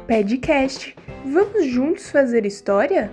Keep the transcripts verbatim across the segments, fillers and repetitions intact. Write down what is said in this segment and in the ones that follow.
Podcast. Vamos juntos fazer história?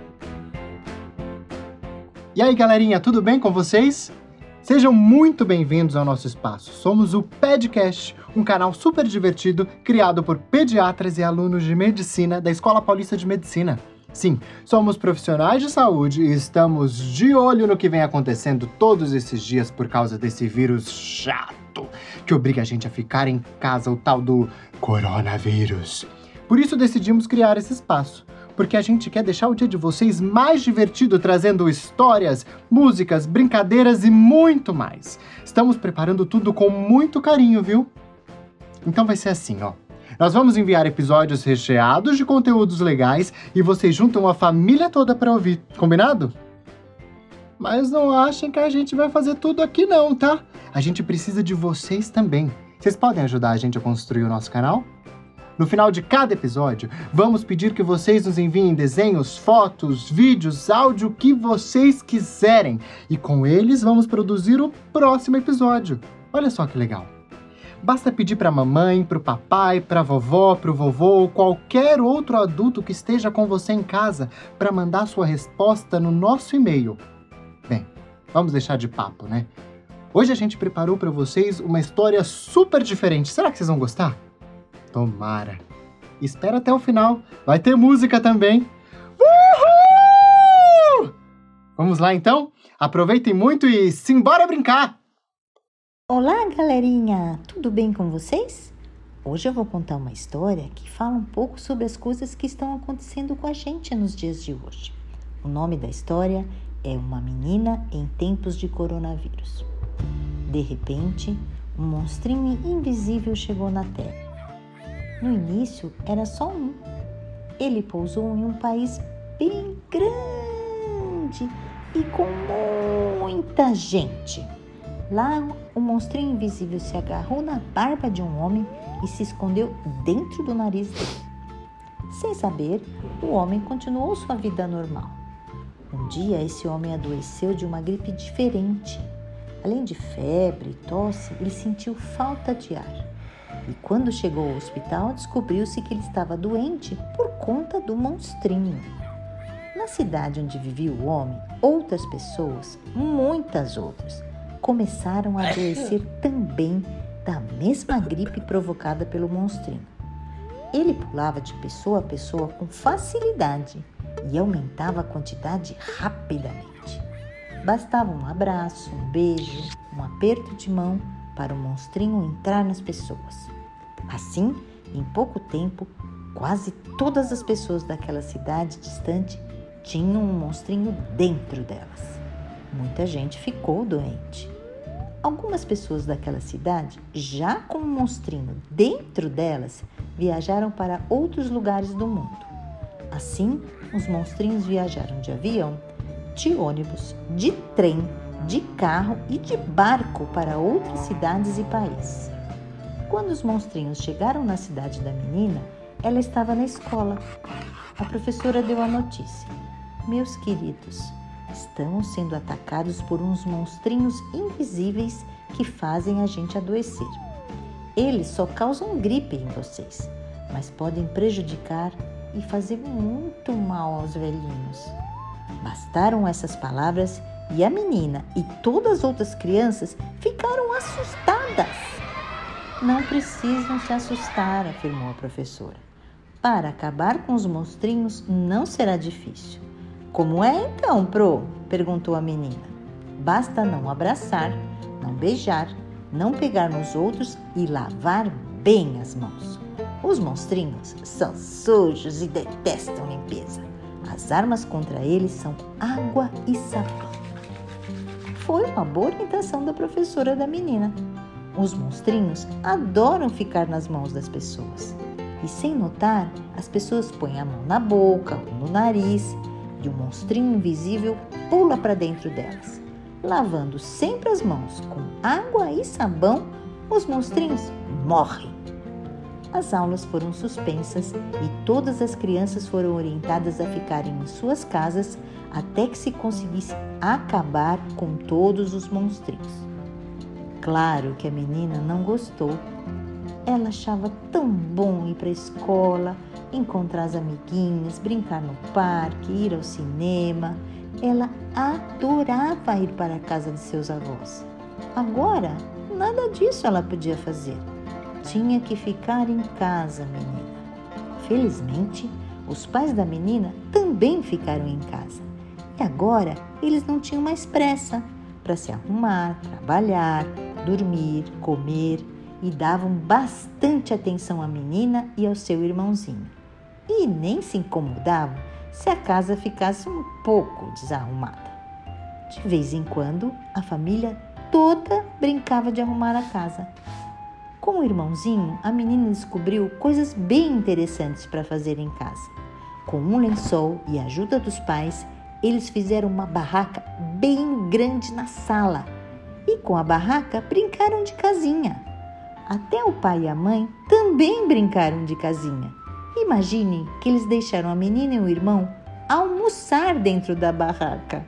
E aí, galerinha, tudo bem com vocês? Sejam muito bem-vindos ao nosso espaço. Somos o Podcast, um canal super divertido criado por pediatras e alunos de medicina da Escola Paulista de Medicina. Sim, somos profissionais de saúde e estamos de olho no que vem acontecendo todos esses dias por causa desse vírus chato que obriga a gente a ficar em casa, o tal do coronavírus. Por isso decidimos criar esse espaço, porque a gente quer deixar o dia de vocês mais divertido, trazendo histórias, músicas, brincadeiras e muito mais. Estamos preparando tudo com muito carinho, viu? Então vai ser assim, ó. Nós vamos enviar episódios recheados de conteúdos legais e vocês juntam a família toda para ouvir, combinado? Mas não achem que a gente vai fazer tudo aqui não, tá? A gente precisa de vocês também. Vocês podem ajudar a gente a construir o nosso canal? No final de cada episódio, vamos pedir que vocês nos enviem desenhos, fotos, vídeos, áudio, o que vocês quiserem. E com eles vamos produzir o próximo episódio. Olha só que legal. Basta pedir para a mamãe, para o papai, para a vovó, para o vovô ou qualquer outro adulto que esteja com você em casa para mandar sua resposta no nosso e-mail. Bem, vamos deixar de papo, né? Hoje a gente preparou para vocês uma história super diferente. Será que vocês vão gostar? Tomara. Espera até o final. Vai ter música também. Uhul! Vamos lá então? Aproveitem muito e simbora brincar! Olá, galerinha! Tudo bem com vocês? Hoje eu vou contar uma história que fala um pouco sobre as coisas que estão acontecendo com a gente nos dias de hoje. O nome da história é Uma Menina em Tempos de Coronavírus. De repente, um monstrinho invisível chegou na Terra. No início, era só um. Ele pousou em um país bem grande e com muita gente. Lá, o monstrinho invisível se agarrou na barba de um homem e se escondeu dentro do nariz dele. Sem saber, o homem continuou sua vida normal. Um dia, esse homem adoeceu de uma gripe diferente. Além de febre e tosse, ele sentiu falta de ar. E quando chegou ao hospital, descobriu-se que ele estava doente por conta do monstrinho. Na cidade onde vivia o homem, outras pessoas, muitas outras, começaram a adoecer também da mesma gripe provocada pelo monstrinho. Ele pulava de pessoa a pessoa com facilidade e aumentava a quantidade rapidamente. Bastava um abraço, um beijo, um aperto de mão para o monstrinho entrar nas pessoas. Assim, em pouco tempo, quase todas as pessoas daquela cidade distante tinham um monstrinho dentro delas. Muita gente ficou doente. Algumas pessoas daquela cidade, já com um monstrinho dentro delas, viajaram para outros lugares do mundo. Assim, os monstrinhos viajaram de avião, de ônibus, de trem, de carro e de barco para outras cidades e países. Quando os monstrinhos chegaram na cidade da menina, ela estava na escola. A professora deu a notícia. Meus queridos, estamos sendo atacados por uns monstrinhos invisíveis que fazem a gente adoecer. Eles só causam gripe em vocês, mas podem prejudicar e fazer muito mal aos velhinhos. Bastaram essas palavras e a menina e todas as outras crianças ficaram assustadas. Não precisam se assustar, afirmou a professora. Para acabar com os monstrinhos não será difícil. Como é então, Pro? Perguntou a menina. Basta não abraçar, não beijar, não pegar nos outros e lavar bem as mãos. Os monstrinhos são sujos e detestam limpeza. As armas contra eles são água e sabão. Foi uma boa orientação da professora da menina. Os monstrinhos adoram ficar nas mãos das pessoas. E sem notar, as pessoas põem a mão na boca ou no nariz e o monstrinho invisível pula para dentro delas. Lavando sempre as mãos com água e sabão, os monstrinhos morrem. As aulas foram suspensas e todas as crianças foram orientadas a ficarem em suas casas até que se conseguisse acabar com todos os monstrinhos. Claro que a menina não gostou. ela achava tão bom ir para a escola, encontrar as amiguinhas, brincar no parque, ir ao cinema. Ela adorava ir para a casa de seus avós. Agora, nada disso ela podia fazer. Tinha que ficar em casa, menina. Felizmente, os pais da menina também ficaram em casa. E agora, eles não tinham mais pressa para se arrumar, trabalhar, dormir, comer e davam bastante atenção à menina e ao seu irmãozinho. E nem se incomodavam se a casa ficasse um pouco desarrumada. De vez em quando, a família toda brincava de arrumar a casa. Com o irmãozinho, a menina descobriu coisas bem interessantes para fazer em casa. Com um lençol e a ajuda dos pais, eles fizeram uma barraca bem grande na sala. E com a barraca, brincaram de casinha. Até o pai e a mãe também brincaram de casinha. Imagine que eles deixaram a menina e o irmão almoçar dentro da barraca.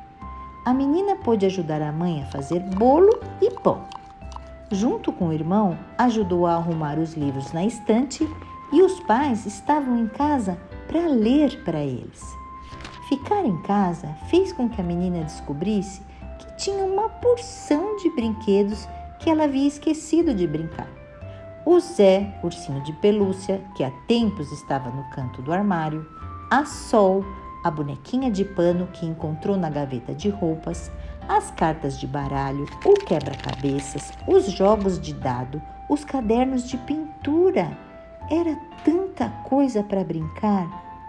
A menina pôde ajudar a mãe a fazer bolo e pão. Junto com o irmão, ajudou a arrumar os livros na estante e os pais estavam em casa para ler para eles. Ficar em casa fez com que a menina descobrisse que tinha uma porção de brinquedos que ela havia esquecido de brincar. O Zé, ursinho de pelúcia, que há tempos estava no canto do armário, a Sol, a bonequinha de pano que encontrou na gaveta de roupas, as cartas de baralho, o quebra-cabeças, os jogos de dado, os cadernos de pintura. Era tanta coisa para brincar.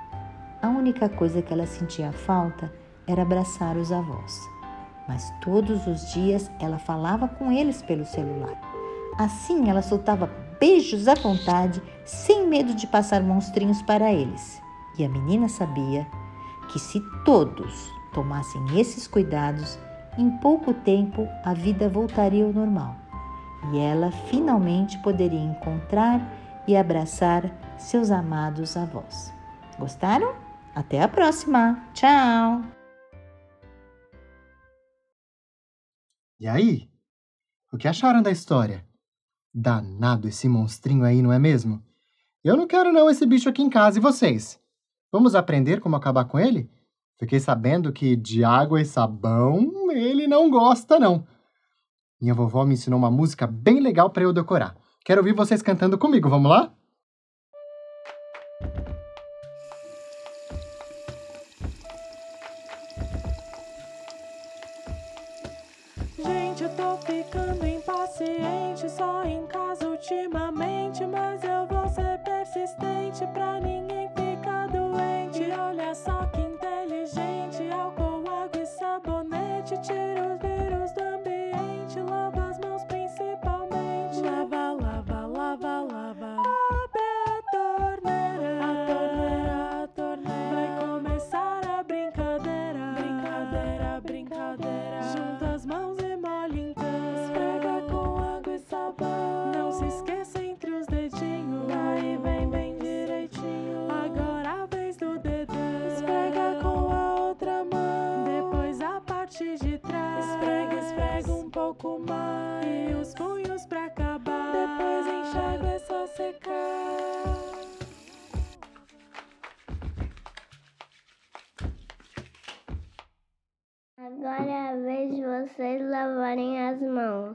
A única coisa que ela sentia falta era abraçar os avós. Mas todos os dias ela falava com eles pelo celular. Assim ela soltava beijos à vontade, sem medo de passar monstrinhos para eles. E a menina sabia que se todos tomassem esses cuidados, em pouco tempo a vida voltaria ao normal. E ela finalmente poderia encontrar e abraçar seus amados avós. Gostaram? Até a próxima! Tchau! E aí? O que acharam da história? Danado esse monstrinho aí, não é mesmo? Eu não quero não esse bicho aqui em casa, e vocês? Vamos aprender como acabar com ele? Fiquei sabendo que de água e sabão ele não gosta, não. Minha vovó me ensinou uma música bem legal para eu decorar. Quero ouvir vocês cantando comigo, vamos lá? Gente, eu tô ficando impaciente, só em casa ultimamente, mas eu vou ser persistente pra ninguém ficar doente. Olha só que inteligente, álcool, água e sabonete, tira os vírus do ambiente, lava as mãos principalmente. Lava, lava, lava, lava. Abre a torneira, a torneira, a torneira. Vai começar a brincadeira, brincadeira, brincadeira. Junta as mãos e molha então, esfrega com água e sabão. Não se esqueça entre os dedinhos, aí vem bem direitinho. Agora a vez do dedão, esfrega com a outra mão. Depois a parte de trás, esfrega, esfrega um pouco mais. E os punhos pra acabar, depois enxaga, é só secar. Agora é a vez de vocês lavarem as mãos.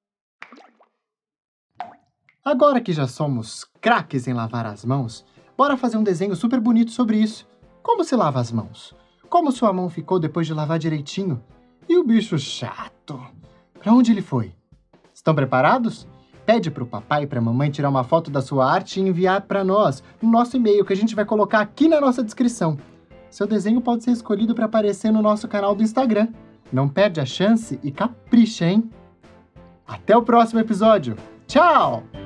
Agora que já somos craques em lavar as mãos, bora fazer um desenho super bonito sobre isso. Como se lava as mãos? Como sua mão ficou depois de lavar direitinho? E o bicho chato? Pra onde ele foi? Estão preparados? Pede pro papai e pra mamãe tirar uma foto da sua arte e enviar pra nós, no nosso e-mail, que a gente vai colocar aqui na nossa descrição. Seu desenho pode ser escolhido para aparecer no nosso canal do Instagram. Não perde a chance e capricha, hein? Até o próximo episódio. Tchau!